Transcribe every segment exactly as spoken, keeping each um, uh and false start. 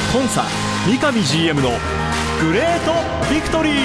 コンサ三上 ジーエム のグレートビクトリー。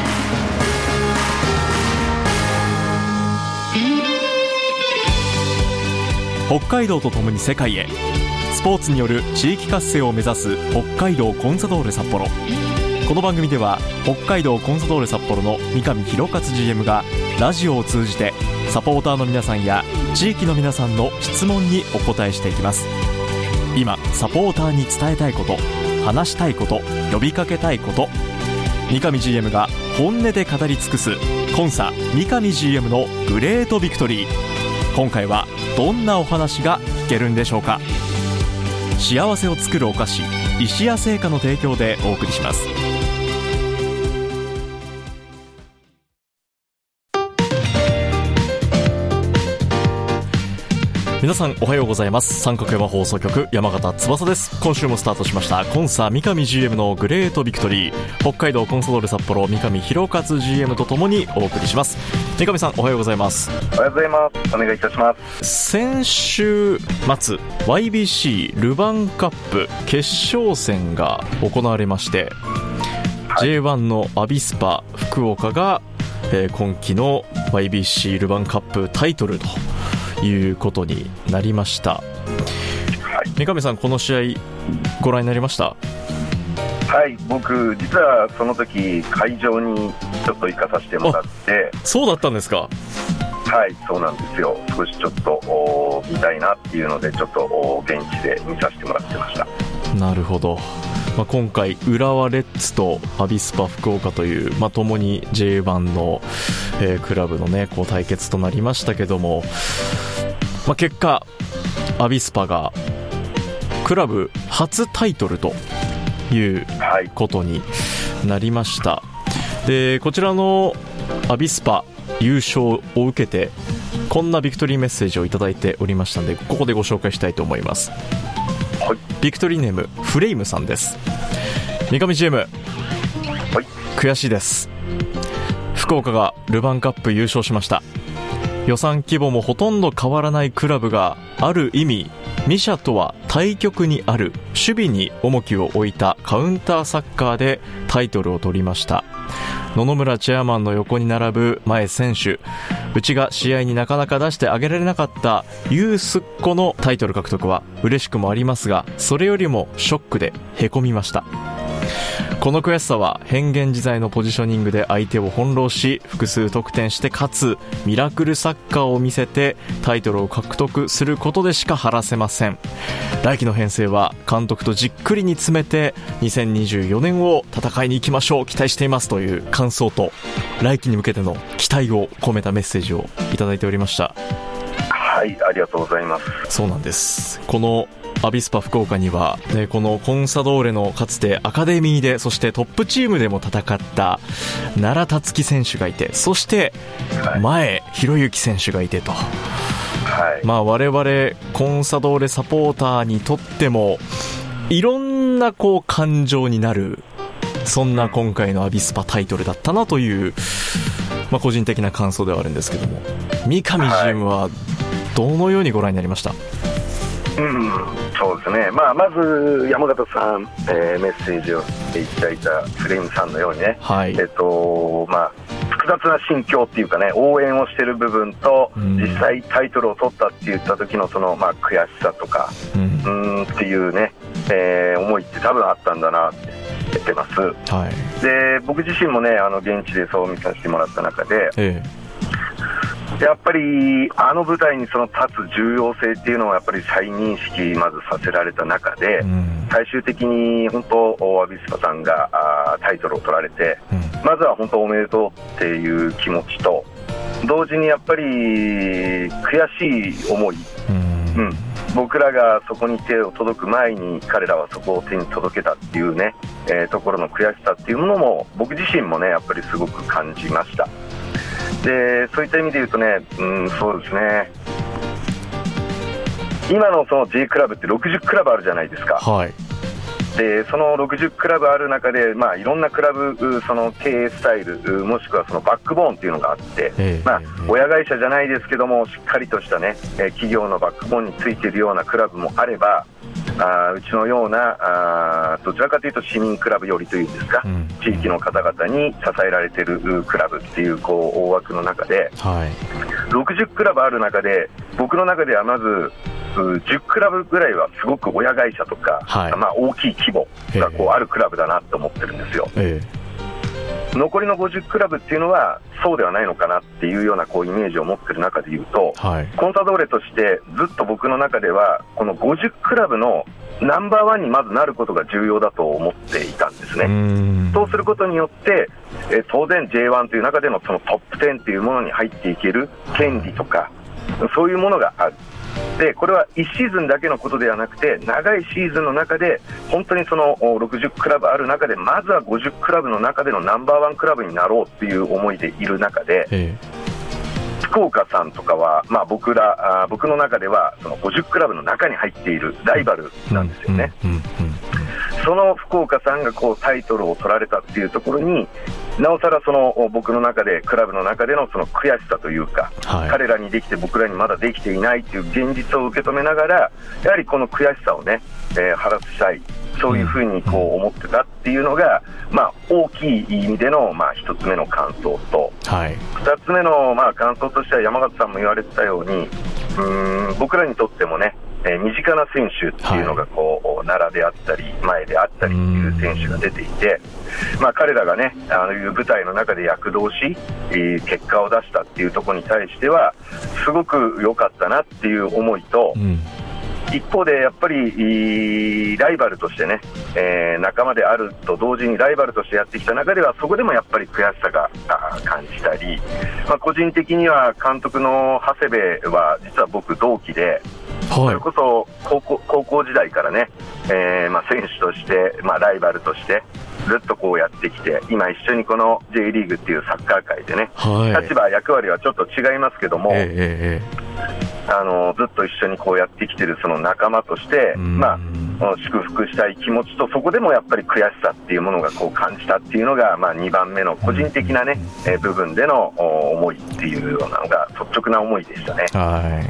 北海道とともに世界へ、スポーツによる地域活性を目指す北海道コンサドーレ札幌。この番組では北海道コンサドーレ札幌の三上弘勝 ジーエム がラジオを通じてサポーターの皆さんや地域の皆さんの質問にお答えしていきます。今サポーターに伝えたいこと、話したいこと、呼びかけたいこと、三上 ジーエム が本音で語り尽くすコンサ三上 ジーエム のグレートビクトリー。今回はどんなお話が聞けるんでしょうか。幸せを作るお菓子、石屋製菓の提供でお送りします。皆さんおはようございます。三角山放送局山形翼です。今週もスタートしましたコンサ三上 ジーエム のグレートビクトリー。北海道コンサドーレ札幌三上弘勝 ジーエム とともにお送りします。三上さんおはようございます。 おはようございます。お願いいたします。 先週末 ワイビーシー ルヴァンカップ決勝戦が行われまして、はい、ジェイワン のアビスパ福岡が、えー、今季の ワイビーシー ルヴァンカップタイトルということになりました。はい、三上さんこの試合ご覧になりました？ はい、僕実はその時会場にちょっと行かさせてもらって。 そうだったんですか？ はい、そうなんですよ。少しちょっと見たいなっていうのでちょっと現地で見させてもらってました。 なるほど。まあ、今回浦和レッズとアビスパ福岡という、まあ、共に ジェイワン の、えー、クラブの、ね、こう対決となりましたけども、まあ、結果アビスパがクラブ初タイトルということになりました。はい、でこちらのアビスパ優勝を受けてこんなビクトリーメッセージをいただいておりましたので、ここでご紹介したいと思います。はい、ビクトリーネームフレイムさんです。三上 ジーエム、はい、悔しいです。福岡がルヴァンカップ優勝しました。予算規模もほとんど変わらないクラブがある意味ミシャとは対極にある守備に重きを置いたカウンターサッカーでタイトルを取りました。野々村チェアマンの横に並ぶ前選手、うちが試合になかなか出してあげられなかったユースっ子のタイトル獲得は嬉しくもありますが、それよりもショックでへこみました。この悔しさは変幻自在のポジショニングで相手を翻弄し複数得点してかつミラクルサッカーを見せてタイトルを獲得することでしか晴らせません。来季の編成は監督とじっくりに詰めてにせんにじゅうよねんを戦いに行きましょう、期待していますという感想と来季に向けての期待を込めたメッセージをいただいておりました。 はい、ありがとうございます。 そうなんです。このアビスパ福岡には、ね、このコンサドーレのかつてアカデミーでそしてトップチームでも戦った奈良達樹選手がいて、そして前博之選手がいてと、はい、まあ、我々コンサドーレサポーターにとってもいろんなこう感情になる、そんな今回のアビスパタイトルだったなという、まあ、個人的な感想ではあるんですけども、三上 ジーエム はどのようにご覧になりました？ うん、そうですね、まあ、まず山形さん、えー、メッセージをしていただいたフレイムさんのようにね、はい、えーとまあ、複雑な心境っていうかね、応援をしている部分と、うん、実際タイトルを取ったって言った時のその、まあ、悔しさとか、うん、うーんっていうね、えー、思いって多分あったんだなって言ってます。はい、で僕自身もね、あの現地でそう見させてもらった中で、ええ、やっぱりあの舞台にその立つ重要性っていうのをやっぱり再認識まずさせられた中で、うん、最終的に本当アビスパさんがタイトルを取られて、うん、まずは本当おめでとうっていう気持ちと同時にやっぱり悔しい思い、うんうん、僕らがそこに手を届く前に彼らはそこを手に届けたっていうね、えー、ところの悔しさっていうものも僕自身もねやっぱりすごく感じました。でそういった意味で言うとね、うん、そうですね、今のその J クラブってろくじゅっクラブあるじゃないですか。はい、でそのろくじゅっクラブある中で、まあ、いろんなクラブその経営スタイルもしくはそのバックボーンっていうのがあって、えーまあ、親会社じゃないですけどもしっかりとした、ね、企業のバックボーンについているようなクラブもあれば、 あうちのようなあどちらかというと市民クラブ寄りというんですか、うん、地域の方々に支えられているクラブっていうこう大枠の中で、はい、ろくじゅうクラブある中で僕の中ではまずじゅうクラブぐらいはすごく親会社とか、はい、まあ、大きい規模がこうあるクラブだなと思ってるんですよ、ええ、残りのごじゅうクラブっていうのはそうではないのかなっていうようなこうイメージを持ってる中で言うと、はい、コンサドーレとしてずっと僕の中ではこのごじゅうクラブのナンバーワンにまずなることが重要だと思っていたんですね。そうすることによってえ当然 ジェイワン という中でのそのトップじゅうというものに入っていける権利とかそういうものがある。でこれはいちシーズンだけのことではなくて長いシーズンの中で本当にそのろくじゅうクラブある中でまずはごじゅうクラブの中でのナンバーワンクラブになろうっていう思いでいる中で、福岡さんとかは、まあ、僕らあ僕の中ではそのごじゅうクラブの中に入っているライバルなんですよね。その福岡さんがこうタイトルを取られたっていうところになおさらその僕の中でクラブの中でのその悔しさというか、はい、彼らにできて僕らにまだできていないという現実を受け止めながらやはりこの悔しさをね、えー、晴らしたいそういうふうにこう思ってたっていうのが、まあ、大きい意味でのまあ一つ目の感想と、はい、二つ目のまあ感想としては山形さんも言われてたようにうーん僕らにとってもねえー、身近な選手っていうのがこう、はい、奈良であったり前であったりっていう選手が出ていて、まあ、彼らがねああいう舞台の中で躍動し、えー、結果を出したっていうところに対してはすごく良かったなっていう思いと、うん、一方でやっぱりライバルとしてね、えー、仲間であると同時にライバルとしてやってきた中ではそこでもやっぱり悔しさが感じたり、まあ、個人的には監督の長谷部は実は僕同期でそれこそ高校、高校時代からね、えーまあ、選手として、まあ、ライバルとしてずっとこうやってきて今一緒にこの J リーグっていうサッカー界でね、はい、立場役割はちょっと違いますけども、えー、あのずっと一緒にこうやってきてるその仲間として、まあ、祝福したい気持ちとそこでもやっぱり悔しさっていうものがこう感じたっていうのが、まあ、にばんめの個人的なね、えー、部分での思いっていうようなのが率直な思いでしたね。はい、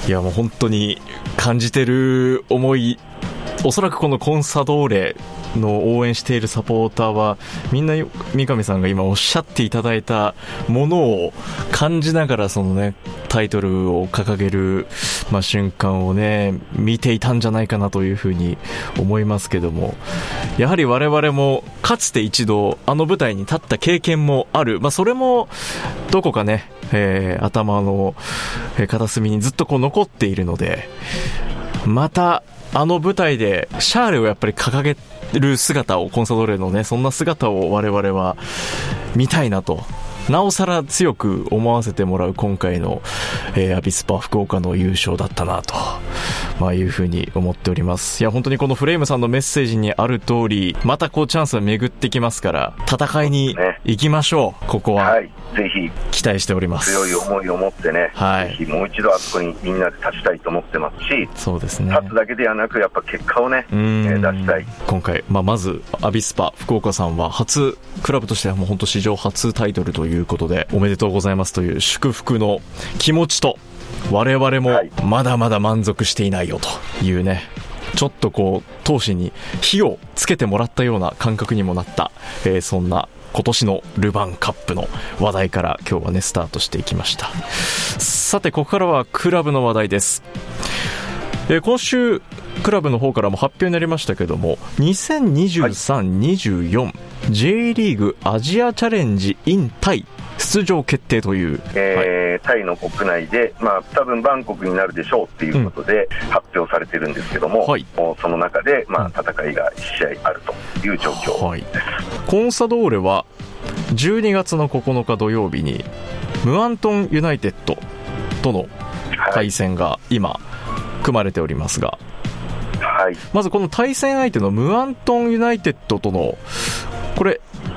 いやもう本当に感じてる思い、おそらくこのコンサドーレの応援しているサポーターはみんな三上さんが今おっしゃっていただいたものを感じながらそのねタイトルを掲げる、まあ、瞬間をね見ていたんじゃないかなというふうに思いますけども、やはり我々もかつて一度あの舞台に立った経験もある、まあ、それもどこかね、えー、頭の片隅にずっとこう残っているので、またあの舞台でシャーレをやっぱり掲げる姿をコンサドーレのねそんな姿を我々は見たいなと、なおさら強く思わせてもらう今回の、えー、アビスパ福岡の優勝だったなと、まあ、いうふうに思っております。いや本当にこのフレームさんのメッセージにある通りまたこうチャンスが巡ってきますから戦いに行きましょう。ここは、はい、ぜひ期待しております。 強い思いを持ってね、はい、ぜひもう一度あそこにみんなで立ちたいと思ってますし、 そうですね、 立つだけではなくやっぱ結果をね、えー、出したい。 今回、まあ、まずアビスパ福岡さんは初クラブとしてはもう本当史上初タイトルということでおめでとうございますという祝福の気持ちと、我々もまだまだ満足していないよというね、ちょっとこう闘志に火をつけてもらったような感覚にもなった、えー、そんな今年のルヴァンカップの話題から今日はねスタートしていきました。さてここからはクラブの話題です。えー、今週クラブの方からも発表になりましたけども にせんにじゅうさんにじゅうよん J リーグアジアチャレンジ in タイ出場決定という、 えーはい、タイの国内で、まあ、多分バンコクになるでしょうっていうことで発表されてるんですけども、うんはい、その中で、まあ、戦いがいち試合あるという状況です、はい、 コンサドーレはじゅうにがつのここのか土曜日にムアントンユナイテッドとの対戦が今組まれておりますが、はい、まずこの対戦相手のムアントンユナイテッドとのこれ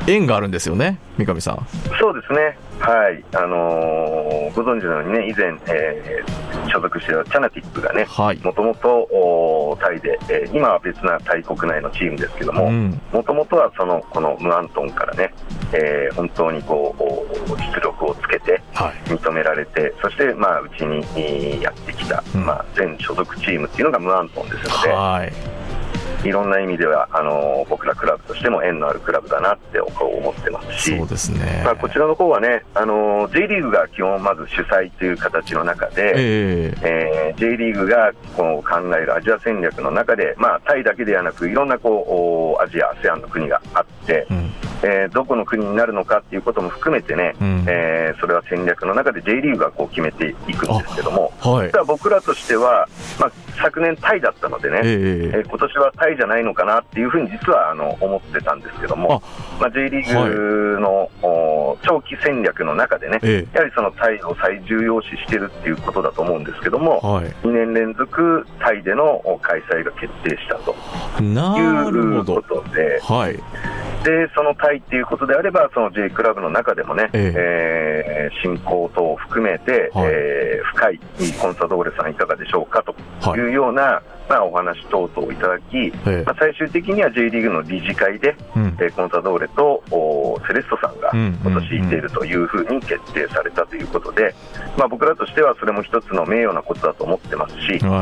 縁があるんですよね、三上さん。 そうですね、はい、あのー、ご存知のようにね、以前、えー、所属していたチャナティップがね、もともとタイで、えー、今は別なタイ国内のチームですけども、もともとはそのこのムアントンからね、えー、本当にこう実力をつけて認められて、はい、そして、まあ、うちにやってきた、うん、まあ、全所属チームっていうのがムアントンですので、はい、いろんな意味ではあの僕らクラブとしても縁のあるクラブだなって思ってますし、 そうですね、 まあ、こちらの方はね、あの J リーグが基本まず主催という形の中で、えーえー、J リーグがこう考えるアジア戦略の中で、まあ、タイだけではなくいろんなこうアジア アセアン の国があって、うん、えー、どこの国になるのかっていうことも含めてね、うん、えー、それは戦略の中で J リーグがこう決めていくんですけども、はい、僕らとしては、まあ、昨年タイだったのでね、えーえー、今年はタイじゃないのかなっていうふうに実はあの思ってたんですけども、まあ、J リーグの、はい、長期戦略の中でね、えー、やはりそのタイを最重要視してるっていうことだと思うんですけども、はい、にねん連続タイでの開催が決定したということで、はい、でそのタイっていうことであればその J クラブの中でもね、えーえー、進行等を含めて、はい、えー、深いコンサドーレさんいかがでしょうかというような、はい、まあ、お話等々をいただき、えーまあ、最終的には J リーグの理事会で、うん、えー、コンサドーレとセレッソさんが今年いているというふうに決定されたということで、まあ、僕らとしてはそれも一つの名誉なことだと思ってますし、はい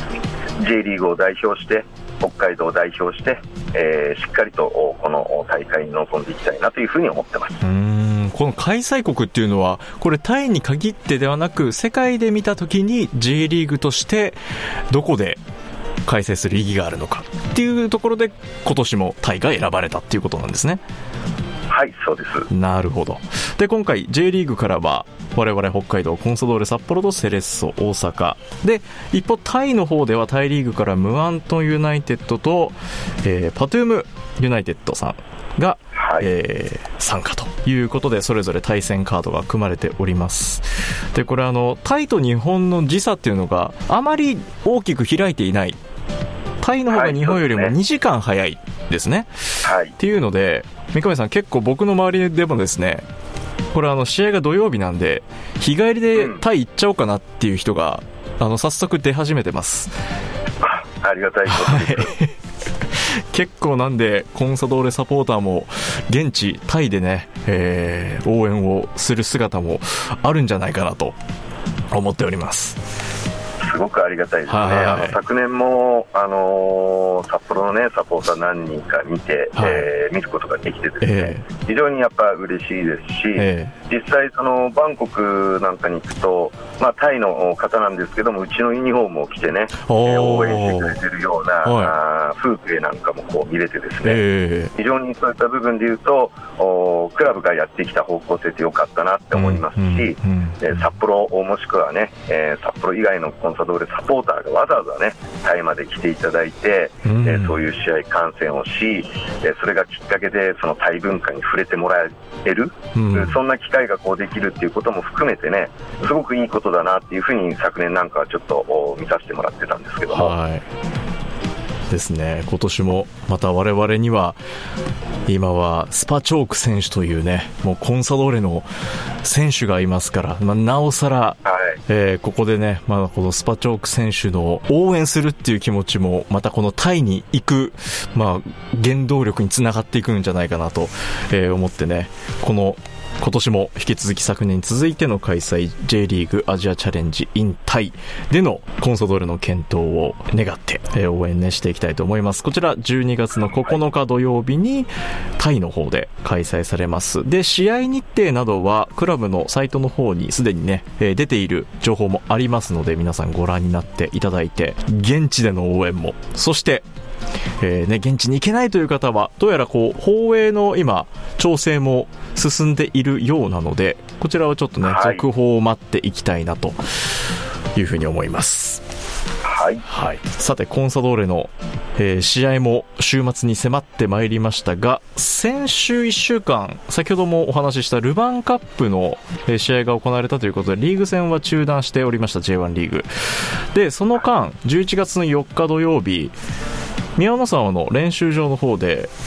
、J リーグを代表して北海道を代表して、えー、しっかりとこの大会に臨んでいきたいなというふうに思ってます。 うーん、この開催国っていうのはこれタイに限ってではなく世界で見たときに J リーグとしてどこで開催する意義があるのかっていうところで今年もタイが選ばれたっていうことなんですね。 はい、そうです。 なるほど。で今回 J リーグからは我々北海道コンサドーレ札幌とセレッソ大阪で、一方タイの方ではタイリーグからムアントンユナイテッドと、えー、パトゥームユナイテッドさんが、はい、えー、参加ということでそれぞれ対戦カードが組まれております。でこれあのタイと日本の時差っていうのがあまり大きく開いていない。タイの方が日本よりもにじかん早いですね、はい、っていうので三上さん結構僕の周りでもですね、これあの試合が土曜日なんで日帰りでタイ行っちゃおうかなっていう人が、うん、あの早速出始めてます。 あ, ありがたいことです、はい、 結構なんでコンサドーレサポーターも現地タイでね、えー、応援をする姿もあるんじゃないかなと思っております。 すごくありがたいですね。あの昨年も、あのー、札幌の、ね、サポーター何人か見て、はい、えー、見ることができてですね、えー、非常にやっぱ嬉しいですし、えー、実際そのバンコクなんかに行くと、まあ、タイの方なんですけどもうちのユニフォームを着てね、えー、応援してくれてるような、はい、風景なんかもこう見れてですね、えー、非常にそういった部分でいうとクラブがやってきた方向性って良かったなって思いますし、うんうんうん、えー、札幌もしくはね、えー、札幌以外のコンサドーレサポーターがわざわざねタイまで来ていただいて、うん、えー、そういう試合観戦をし、えー、それがきっかけでそのタイ文化に触れてもらえる、うん、そんな機会がこうできるっていうことも含めてねすごくいいことだなっていうふうに昨年なんかはちょっと見させてもらってたんですけども、はいですね。今年もまた我々には今はスパチョーク選手というねもうコンサドーレの選手がいますから、まあ、なおさら、はい、えー、ここでね、まあ、このスパチョーク選手の応援するっていう気持ちもまたこのタイに行く、まあ、原動力につながっていくんじゃないかなと、えー、思ってね、この今年も引き続き昨年に続いての開催 J リーグアジアチャレンジ in タイでのコンサドーレの健闘を願って、えー、応援ねしていきたいと思います。こちらじゅうにがつのここのか土曜日にタイの方で開催されます。で試合日程などはクラブのサイトの方にすでにね、えー、出ている情報もありますので皆さんご覧になっていただいて現地での応援もそしてえーね、現地に行けないという方はどうやらこう放映の今調整も進んでいるようなのでこちらはちょっとね、はい、続報を待っていきたいなというふうに思います。 はい、 はい、さてコンサドーレの、えー、試合も週末に迫ってまいりましたが先週いっしゅうかん先ほどもお話ししたルヴァンカップの、えー、試合が行われたということでリーグ戦は中断しておりました ジェイワン リーグでその間じゅういちがつのよっか土曜日宮の沢の練習場の方で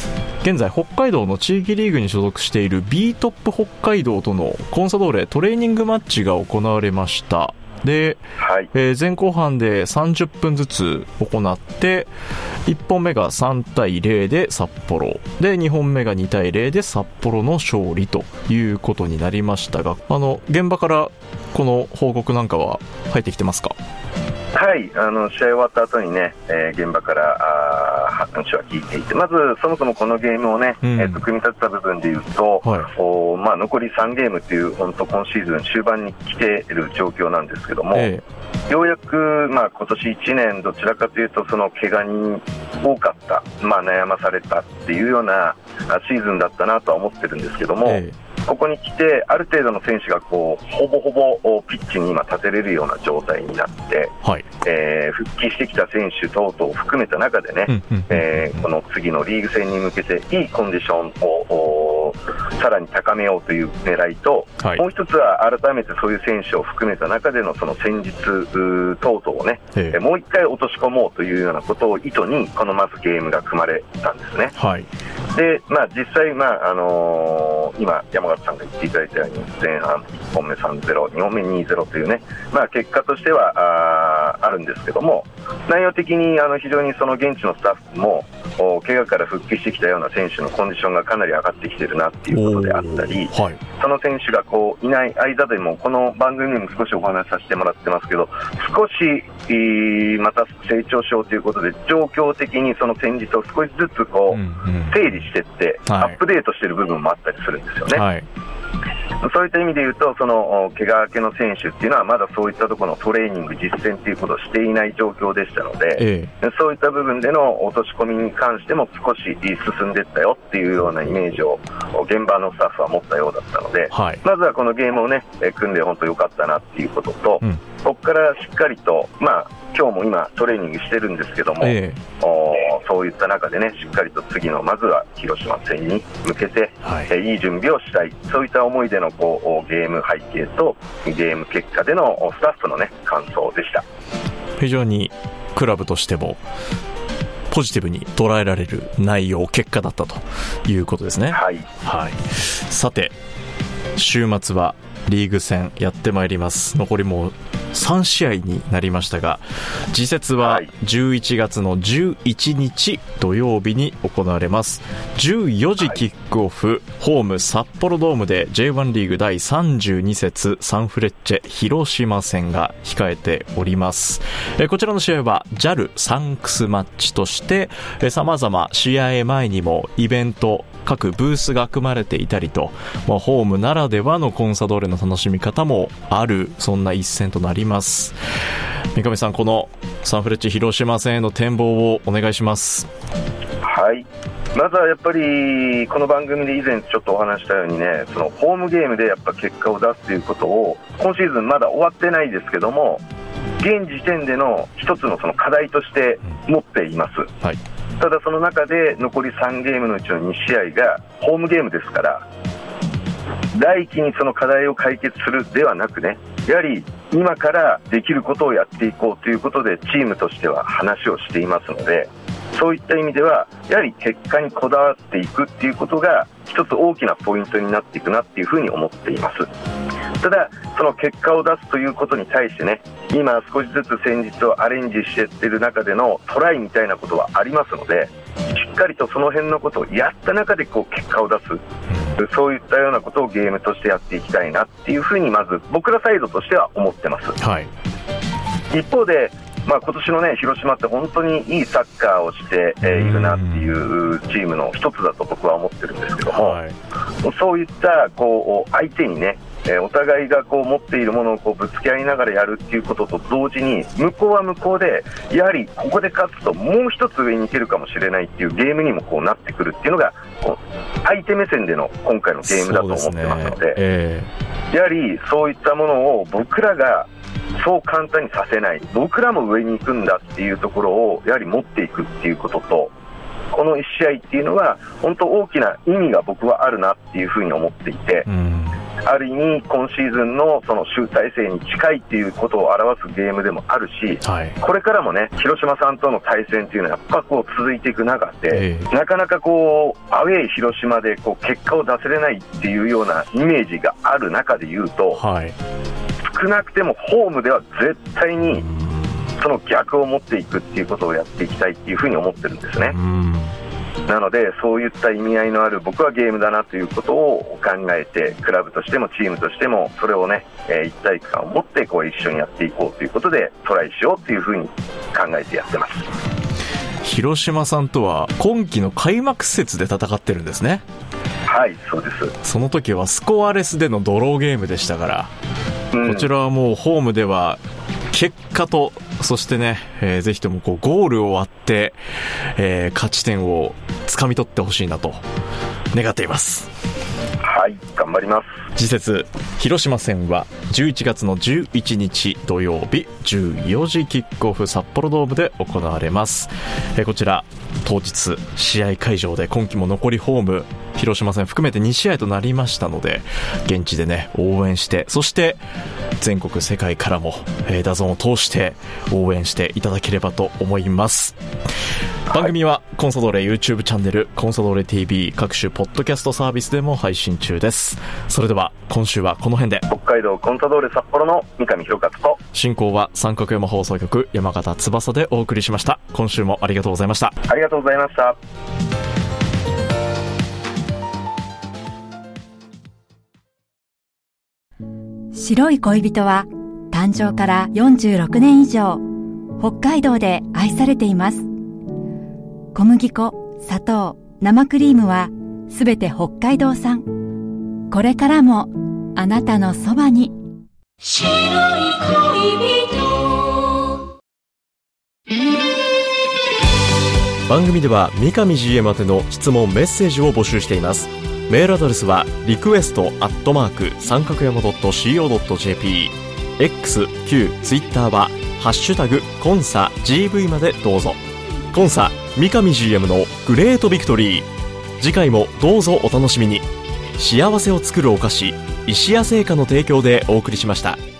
現在北海道の地域リーグに所属している B トップ北海道とのコンサドーレトレーニングマッチが行われました。で、はい、えー、前後半でさんじゅっぷんずつ行っていっぽんめがさんたいゼロで札幌で、にほんめがにたいゼロで札幌の勝利ということになりましたが、あの現場からこの報告なんかは入ってきてますか？ はい、あの試合終わった後にね、えー、現場からあ話は聞いていて、まずそもそもこのゲームをね、うん、えー、と組み立てた部分でいうと、はい、おまあ、残りさんゲームという本当今シーズン終盤に来ている状況なんですけども、えー、ようやく、まあ、今年いちねんどちらかというとその怪我人多かった、まあ、悩まされたっていうようなシーズンだったなとは思ってるんですけども、えーここに来てある程度の選手がこうほぼほぼピッチに今立てれるような状態になって、はい、えー、復帰してきた選手等々を含めた中でね、うんうん、えー、この次のリーグ戦に向けていいコンディションをさらに高めようという狙いと、はい、もう一つは改めてそういう選手を含めた中でのその戦術等々をね、えー、もう一回落とし込もうというようなことを意図にこのまずゲームが組まれたんですね。はい、で、まあ、実際、まああのー、今山形さんが言っていただいたように前半いっぽんめ さんたいゼロ、にほんめ にたいゼロ というね、まあ、結果としては あ, あるんですけども、内容的にあの非常にその現地のスタッフも怪我から復帰してきたような選手のコンディションがかなり上がってきているなっていうことであったり、はい、その選手がこういない間でもこの番組にも少しお話しさせてもらってますけど、少しまた成長しようということで状況的にその戦術を少しずつこう、うんうん、整理していって、はい、アップデートしている部分もあったりするんですよね。はい、そういった意味でいうとその怪我明けの選手っていうのはまだそういったところのトレーニング実践ということをしていない状況でしたので、ええ、そういった部分での落とし込みに関しても少し進んでいったよっていうようなイメージを現場のスタッフは持ったようだったので、はい、まずはこのゲームをね組んで本当良かったなっていうことと、うん、ここからしっかりと、まあ、今日も今トレーニングしてるんですけども、えー、おそういった中でねしっかりと次のまずは広島戦に向けて、はい、えいい準備をしたい、そういった思いでのこうゲーム背景とゲーム結果でのスタッフのね感想でした。 非常にクラブとしてもポジティブに捉えられる内容結果だったということですね。はい、はい、さて週末はリーグ戦やってまいります。残りもうさんしあいになりましたが、次節はじゅういちがつのじゅういちにち土曜日に行われます。じゅうよじキックオフ、はい、ホーム札幌ドームで ジェイワン リーグだいさんじゅうにせつサンフレッチェ広島戦が控えております。えこちらの試合は ジャル サンクスマッチとしてさまざま試合前にもイベント各ブースが組まれていたりと、まあ、ホームならではのコンサドーレの楽しみ方もある、そんな一戦となります。三上さん、このサンフレッチェ広島戦への展望をお願いします。 はい、まずはやっぱりこの番組で以前ちょっとお話したようにね、そのホームゲームでやっぱ結果を出すということを今シーズンまだ終わってないですけども、現時点での一つのその課題として持っています、うん、はい、ただその中で残りさんゲームのうちのにしあいがホームゲームですから、来季にその課題を解決するではなくね、やはり今からできることをやっていこうということでチームとしては話をしていますので、そういった意味ではやはり結果にこだわっていくっていうことが一つ大きなポイントになっていくなっていうふうに思っています。ただその結果を出すということに対してね、今少しずつ戦術をアレンジしていっている中でのトライみたいなことはありますので、しっかりとその辺のことをやった中でこう結果を出す、そういったようなことをゲームとしてやっていきたいなっていうふうにまず僕らサイドとしては思ってます、はい、一方で、まあ、今年の、ね、広島って本当にいいサッカーをしているなっていうチームの一つだと僕は思ってるんですけども、はい、そういったこう相手にね、お互いがこう持っているものをこうぶつけ合いながらやるっていうことと同時に、向こうは向こうでやはりここで勝つともう一つ上に行けるかもしれないっていうゲームにもこうなってくるっていうのがこう相手目線での今回のゲームだと思ってますので、えー、やはりそういったものを僕らがそう簡単にさせない、僕らも上に行くんだっていうところをやはり持っていくっていうことと、このいち試合っていうのは本当大きな意味が僕はあるなっていうふうに思っていて、うん、 ある意味今シーズンのその集大成に近いっていうことを表すゲームでもあるし、はい、これからもね広島さんとの対戦っていうのはやっぱこう続いていく中で、えー、なかなかこうアウェー広島でこう結果を出せれないっていうようなイメージがある中で言うと、はい、少なくてもホームでは絶対にその逆を持っていくっていうことをやっていきたいっていうふうに思ってるんですね。うんなのでそういった意味合いのある僕はゲームだなということを考えてクラブとしてもチームとしてもそれをね、えー、一体感を持ってこう一緒にやっていこうということでトライしようというふうに考えてやってます。 広島さんとは今季の開幕節で戦ってるんですね。 はいそうです。 その時はスコアレスでのドローゲームでしたから、うん、こちらはもうホームでは結果とそしてね、えー、ぜひともこうゴールを割って、えー、勝ち点を掴み取ってほしいなと願っています。 はい頑張ります。 次節広島戦はじゅういちがつのじゅういちにち土曜日じゅうよじキックオフ札幌ドームで行われます。えー、こちら当日試合会場で今季も残りホーム広島戦含めてにしあいとなりましたので現地でね応援して、そして全国世界からも、えー、ダゾーンを通して応援していただければと思います。番組はコンサドーレ YouTube チャンネルコンサドーレ ティーブイ 各種ポッドキャストサービスでも配信中です。それでは今週はこの辺で。 北海道コンサドーレ札幌の三上弘勝と進行は三角山放送局山形翼でお送りしました。今週もありがとうございました。 ありがとうございました。 白い恋人は誕生からよんじゅうろくねん以上北海道で愛されています。小麦粉、砂糖、生クリームはすべて北海道産。これからもあなたのそばに白い恋人。 番組では三上 ジーエム 宛ての質問メッセージを募集しています。メールアドレスはリクエストアットマーク三角山 .co.jp、 X、Q、Twitter はハッシュタグコンサ ジーブイ までどうぞ。コンサ三上 ジーエム のグレートビクトリー。次回もどうぞお楽しみに。幸せを作るお菓子石屋製菓の提供でお送りしました。